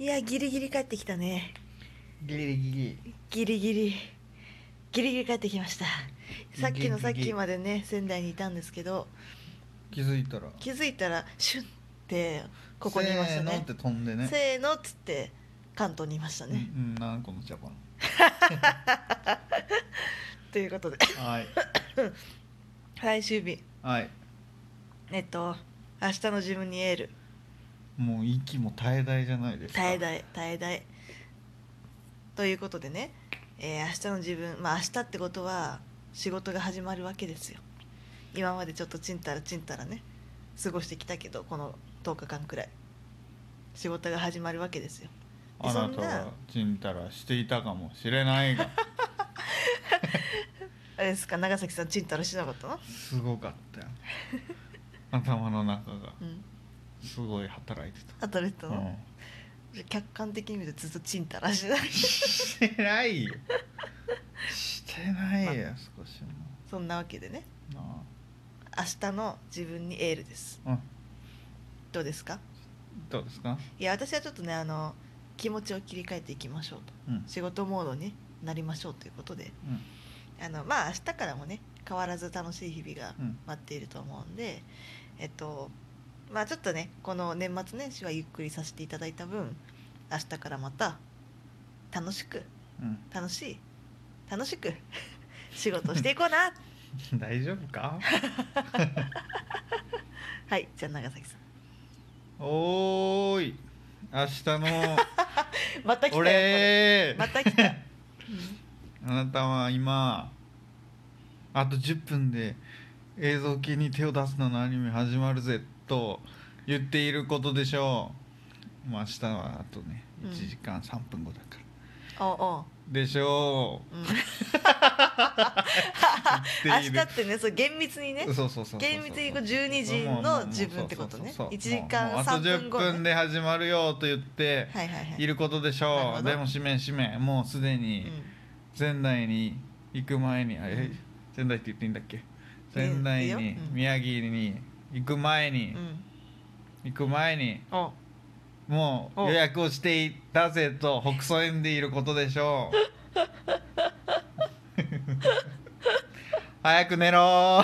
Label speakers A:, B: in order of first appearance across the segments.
A: いやギリギリ帰ってきたね。
B: ギリギリ
A: ギリギリ帰ってきました。さっきまでね仙台にいたんですけど、
B: 気づいたら
A: シュンってここにいましたね。
B: せーのって飛んでね。
A: せーのっつって関東にいましたね。
B: なんこのジャパン
A: ということで
B: はい
A: 最終日、
B: はい。
A: 明日の自分にエール。
B: もう息も絶え絶えじゃないですか。
A: 絶え絶えということでね、明日の自分、明日ってことは仕事が始まるわけですよ。今までちょっとちんたらね過ごしてきたけど、この10日間くらい仕事が始まるわけですよ。で
B: あなたはちんたらしていたかもしれないが
A: あれですか、長崎さんちんたらしなかったの？
B: すごかったよ頭の中が
A: うん
B: すごい働いてた。
A: 働いてたの？客観的に見るとずっとちんたらしない
B: してないよしてないよ、少しも。
A: そんなわけでね、
B: な
A: 明日の自分にエールです。
B: あ、
A: どうですか？
B: どうですか？
A: いや私はちょっとね気持ちを切り替えていきましょうと、仕事モードになりましょうということで、明日からもね変わらず楽しい日々が待っていると思うんで、ちょっとねこの年末年始はゆっくりさせていただいた分、明日からまた楽しく仕事をしていこうな
B: 大丈夫か
A: はい、じゃあ長崎さん。
B: おーい、明日の
A: また来たよ
B: 俺
A: また来た
B: あなたは今あと10分で映像系に手を出すののアニメ始まるぜと言っていることでしょう。もう明日はあとね1時間3分後だから、
A: おう
B: でしょう、
A: 明日ってね、そう厳密にね、
B: そう
A: 厳密に12時の自分ってことね。1時間
B: あと
A: 3
B: 10
A: 分後、ね、
B: 分で始まるよと言っていることでしょう。でもしめもうすでに仙台に行く前に、仙台って言っていいんだっけ、仙台に、宮城に行く前に、もう予約をしていたぜとほくそ笑んでいることでしょう早く寝ろ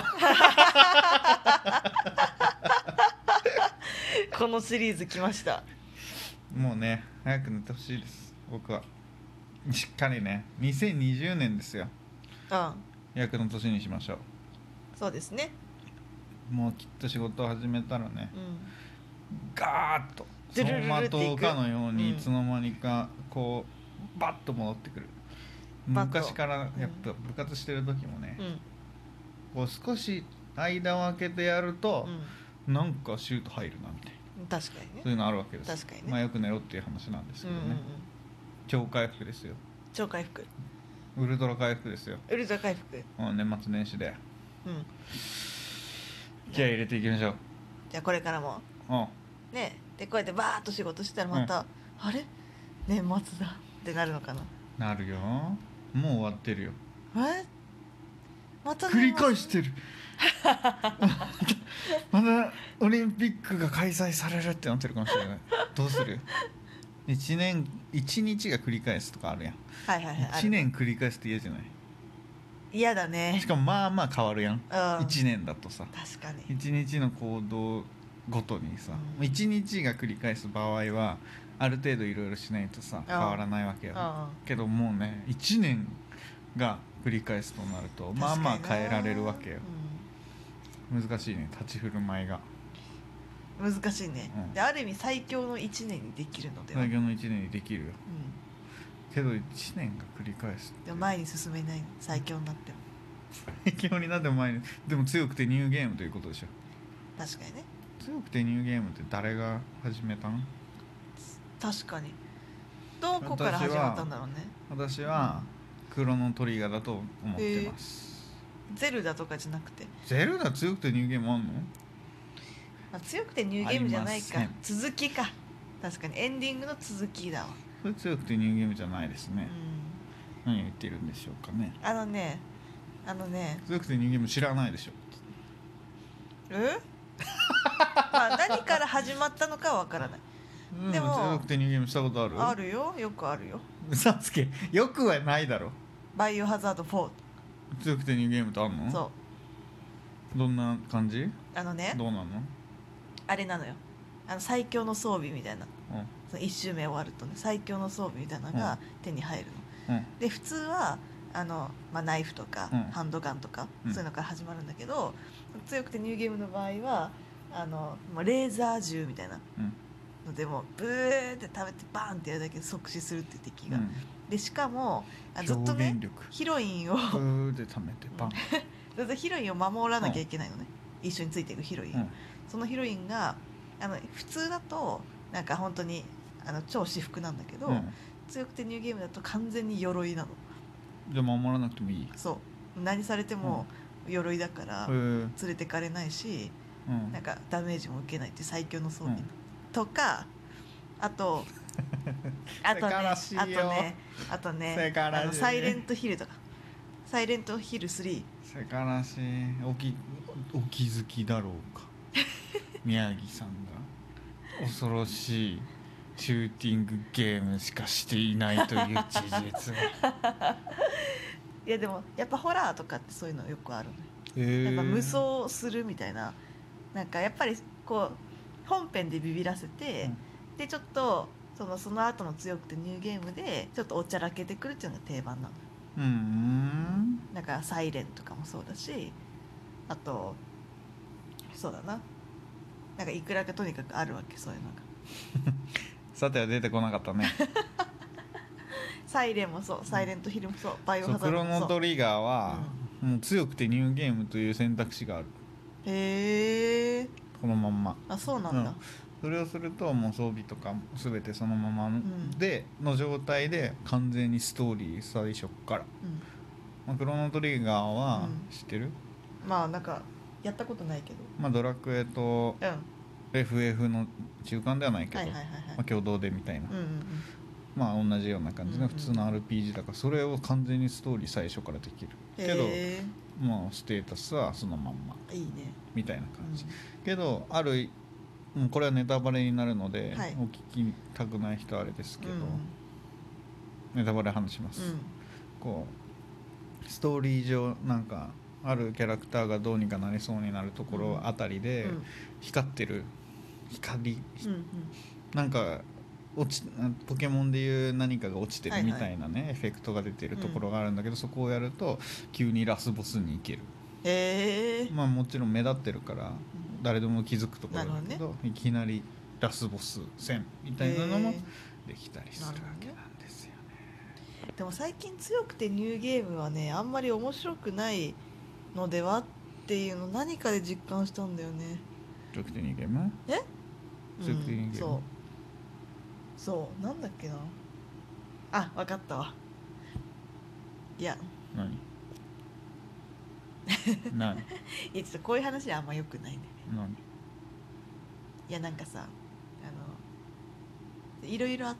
A: このシリーズ来ました。
B: もうね早く寝てほしいです。僕はしっかりね、2020年ですよ。役の年にしましょう。
A: そうですね。
B: もうきっと仕事を始めたらね、ガーッと走馬灯かのようにいつの間にかこうバッと戻ってくる。昔からやっぱ部活してる時もね、こう少し間を空けてやると、なんかシュート入るなみたいな、
A: 確かにね、
B: そういうのあるわけです。
A: 確かにね、
B: よく寝ろっていう話なんですけどね、超回復ですよ。
A: 超回復、
B: ウルトラ回復ですよ。
A: ウルトラ回復、
B: 年末年始で、気合い入れていきましょう。
A: じゃあこれからもね、でこうやってバーッと仕事したらまた、あれ年末だってなるのかな。
B: なるよ。もう終わってるよ。
A: また
B: 繰り返してるまだオリンピックが開催されるってなってるかもしれない。どうする？1年1日が繰り返すとかあるやん。1年繰り返すって嫌じゃない？
A: 嫌だね。
B: しかもまあまあ変わるやん、1年だとさ。
A: 確かに
B: 1日の行動ごとにさ、1日が繰り返す場合はある程度いろいろしないとさ変わらないわけよ。けどもうね1年が繰り返すとなるとまあまあ変えられるわけよ。難しいね、立ち振る舞いが
A: 難しいね、である意味最強の1年にできるのでは。
B: 最強の1年にできるよ、けど1年が繰り返す
A: でも前に進めないの、最強になっても。
B: 最強になっても前に、でも強くてニューゲームということでしょ。
A: 確かにね。
B: 強くてニューゲームって誰が始めたの？
A: 確かにどこから始まったんだろうね。
B: 私はクロノトリガーだと思ってます。
A: ゼルダとかじゃなくて。
B: ゼルダ強くてニューゲームあんの？
A: 強くてニューゲームじゃないか、続きか。確かにエンディングの続きだわ。
B: それ強くてニューゲームじゃないですね、何を言ってるんでしょうかね。強くてニューゲーム知らないでしょ。
A: 何から始まったのかはわからない。 でも
B: 強くてニューゲームしたことある？
A: あるよ、よくあるよ。
B: 嘘つけ、よくはないだろ。
A: バイオハザード4。
B: 強くてニューゲームってあんの？
A: そう。
B: どんな感じ？
A: どうなの？あれなのよ、最強の装備みたいな、その1周目終わるとね、最強の装備みたいなのが手に入るの、で普通はナイフとか、ハンドガンとか、そういうのから始まるんだけど、強くてニューゲームの場合はレーザー銃みたいなのでもブーって食べてバーンってやるだけで即死するっていう敵が、でしかもずっとねヒロインをブ
B: ーって食べてバン
A: ずっとヒロインを守らなきゃいけないのね、一緒についていくヒロイン、そのヒロインが普通だとなんか本当に超私服なんだけど、強くてニューゲームだと完全に鎧なの。
B: じゃあ守らなくてもいい？
A: そう何されても鎧だから連れてかれないし、なんかダメージも受けないっていう最強の装備、とかあとねサイレントヒルとかサイレントヒル3。
B: せからしい。お気づきだろうか宮城さんが恐ろしいシューティングゲームしかしていないという事実
A: いやでもやっぱホラーとかってそういうのよくあるね、やっぱ無双するみたいな、なんかやっぱりこう本編でビビらせて、でちょっとその後の強くてニューゲームでちょっとおちゃらけてくるっていうのが定番なの。なんかサイレンとかもそうだし、あとそうだな、なんかいくらかとにかくあるわけ、そういうのが
B: さては出てこなかったね
A: サイレンもそう、サイレントヒルもそう、バイオハザードもそう。
B: クロノトリガーは、もう強くてニューゲームという選択肢がある。
A: へえ。
B: このまんま。
A: あ、そうなんだ、
B: それをするともう装備とか全てそのままで、の状態で完全にストーリー最初から、クロノトリガーは知ってる？
A: まあなんかやったことないけど、
B: ドラクエと FF の中間ではないけど、共同でみたいな、同じような感じの普通の RPG だから、それを完全にストーリー最初からできるけど、ステータスはそのまんま
A: いいね
B: みたいな感じ、けどこれはネタバレになるので、お聞きたくない人はあれですけど、ネタバレ話します、こうストーリー上なんかあるキャラクターがどうにかなりそうになるところあたりで、光ってる光、なんかポケモンでいう何かが落ちてるみたいなね、エフェクトが出てるところがあるんだけど、そこをやると急にラスボスに行ける。もちろん目立ってるから誰でも気づくところだけど、いきなりラスボス戦みたいなのもできたりするわけなんですよね。
A: でも最近強くてニューゲームはね、あんまり面白くないのではっていうの何かで実感したんだよね。
B: 強くてニューゲーム？強くてニューゲーム、
A: そうなんだっけなあ、分かったわ。いや
B: 何
A: いやちょっとこういう話はあんまよくないね。いやなんかさ、いろいろあって、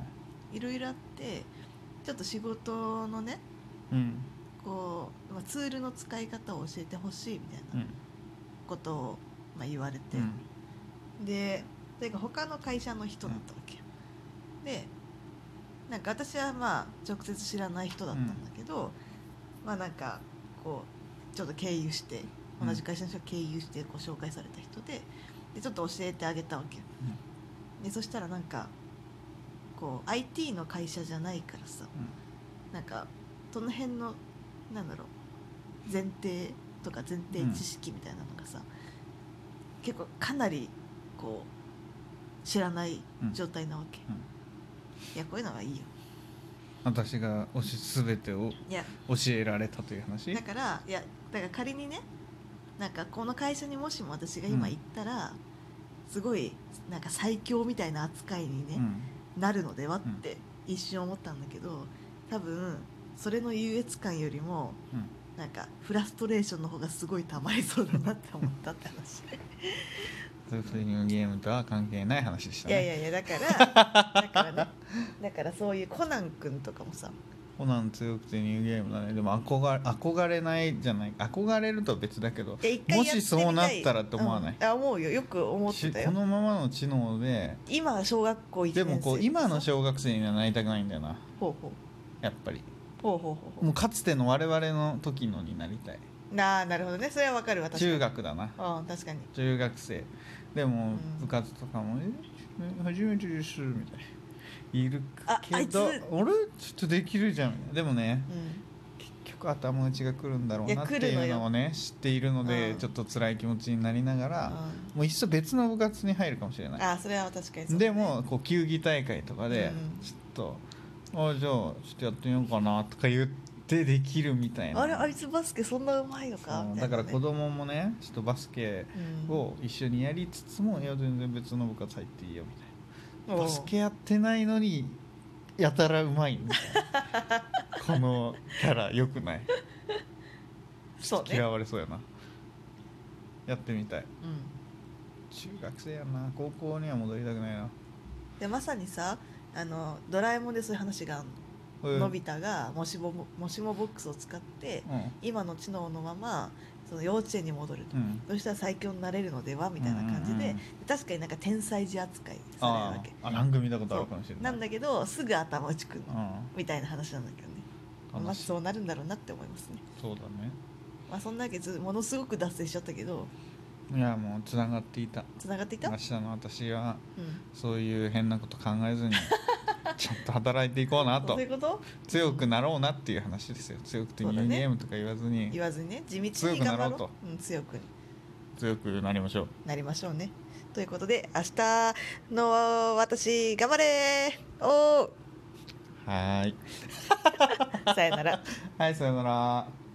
A: ちょっと仕事のね、こうツールの使い方を教えてほしいみたいなことを言われて、でそれが他の会社の人だったわけよ。でなんか私は直接知らない人だったんだけど、なんかこうちょっと経由して、同じ会社の人が経由してこう紹介された人で、ちょっと教えてあげたわけよ。でそしたらなんかこう IT の会社じゃないからさ、なんかその辺のなんだろう、前提とか前提知識みたいなのがさ、結構かなりこう知らない状態なわけ、いやこういうのはいいよ。
B: 私が全てを教えられたという話
A: だから、仮にね、なんかこの会社にもしも私が今行ったら、すごいなんか最強みたいな扱いに、ねなるのではって一瞬思ったんだけど、多分それの優越感よりも、なんかフラストレーションの方がすごいたまりそうだなって思ったって話
B: そういうゲームとは関係ない話でしたね。
A: いやだからね、だからそういうコナン君とかもさ、
B: コナン強くてニューゲームだね。でも憧れないじゃない、憧れるとは別だけど、もしそうなったらって思わない？
A: 思うよ、よく思ってたよ。
B: このままの知能で
A: 今小学校1年生
B: でもこう今の小学生にはなりたくないんだよな。
A: ほうほう、
B: やっぱり
A: ほうほうほう、
B: もうかつての我々の時のになりたい。
A: なるほどね、それはわかる。私
B: 中学だな。
A: 確かに
B: 中学生でも部活とかも初めてですみたいないるけど、俺ちょっとできるじゃん。でもね、結局頭打ちが来るんだろうなっていうのをね知っているので、ちょっと辛い気持ちになりながら、もういっそ別の部活に入るかもしれない。
A: それは確かにそう、ね、
B: でもこう球技大会とかでちょっと、じゃあちょっとやってみようかなとか言ってできるみたいな。
A: あいつバスケそんなうまいのかみたいな、ね、
B: だから子供もねちょっとバスケを一緒にやりつつも、いや全然別の部活入っていいよみたいな。バスケやってないのにやたらうまいみたいなこのキャラよくない？
A: そうね、
B: 嫌われそうやな。やってみたい、中学生やな。高校には戻りたくないな。
A: でまさにさ、ドラえもんでそういう話があるの。のび太がもしもボックスを使って、今の知能のままその幼稚園に戻ると、そしたら最強になれるのではみたいな感じで、確かになんか天才児扱いされるわけ。
B: なんか見たことあるかもしれない。
A: なんだけどすぐ頭打ちくるみたいな話なんだけどね。まあそうなるんだろうなって思いますね。
B: そうだね。
A: まあそんなわけでものすごく脱線しちゃったけど、
B: いやもうつながっていた。明日の私は、そういう変なこと考えずにちゃんと働いていこうなと。
A: そういうこと？
B: 強くなろうなっていう話ですよ。強くてニューゲームとか言わずに
A: ね、地道に頑張ろうと。強く
B: なりましょ
A: うね。ということで明日の私頑張れー。
B: はい
A: さよなら。
B: はい、さよなら。